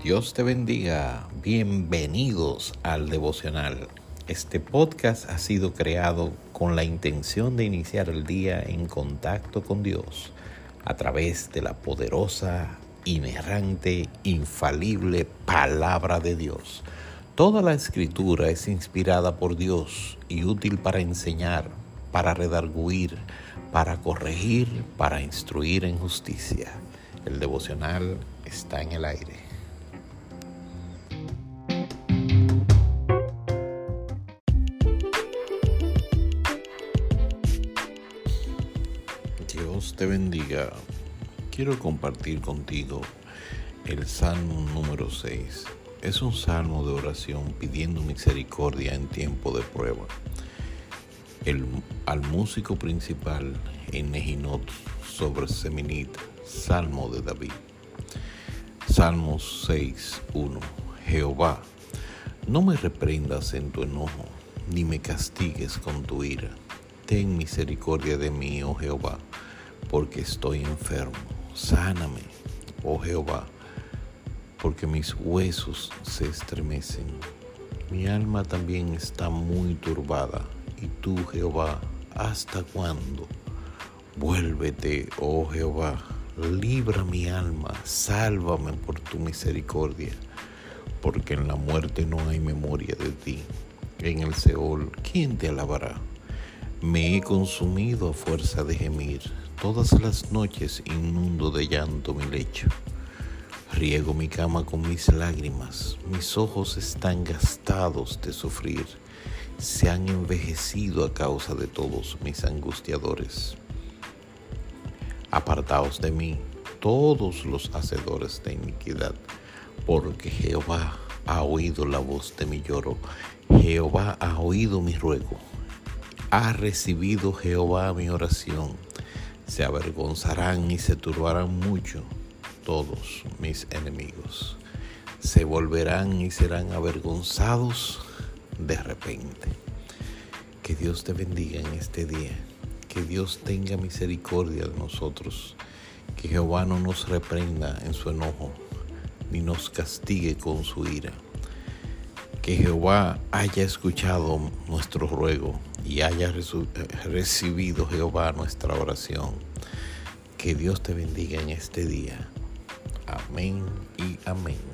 Dios te bendiga, bienvenidos al devocional. Este podcast ha sido creado con la intención de iniciar el día en contacto con Dios a través de la poderosa, inerrante, infalible palabra de Dios. Toda la escritura es inspirada por Dios y útil para enseñar, para redarguir, para corregir, para instruir en justicia. El devocional está en el aire. Dios te bendiga. Quiero compartir contigo el Salmo número 6. Es un salmo de oración pidiendo misericordia en tiempo de prueba. Al músico principal en Nejinot sobre Seminit, Salmo de David. Salmos 6:1. Jehová, no me reprendas en tu enojo, ni me castigues con tu ira. Ten misericordia de mí, oh Jehová, porque estoy enfermo. Sáname, oh Jehová, porque mis huesos se estremecen. Mi alma también está muy turbada. Y tú, Jehová, ¿hasta cuándo? Vuélvete, oh Jehová, libra mi alma, sálvame por tu misericordia, porque en la muerte no hay memoria de ti. En el Seol, ¿quién te alabará? Me he consumido a fuerza de gemir. Todas las noches inundo de llanto mi lecho. Riego mi cama con mis lágrimas. Mis ojos están gastados de sufrir. Se han envejecido a causa de todos mis angustiadores. Apartaos de mí, todos los hacedores de iniquidad, porque Jehová ha oído la voz de mi lloro. Jehová ha oído mi ruego. Ha recibido Jehová mi oración. Se avergonzarán y se turbarán mucho todos mis enemigos. Se volverán y serán avergonzados de repente. Que Dios te bendiga en este día. Que Dios tenga misericordia de nosotros. Que Jehová no nos reprenda en su enojo, ni nos castigue con su ira. Que Jehová haya escuchado nuestro ruego y haya recibido Jehová nuestra oración. Que Dios te bendiga en este día. Amén y amén.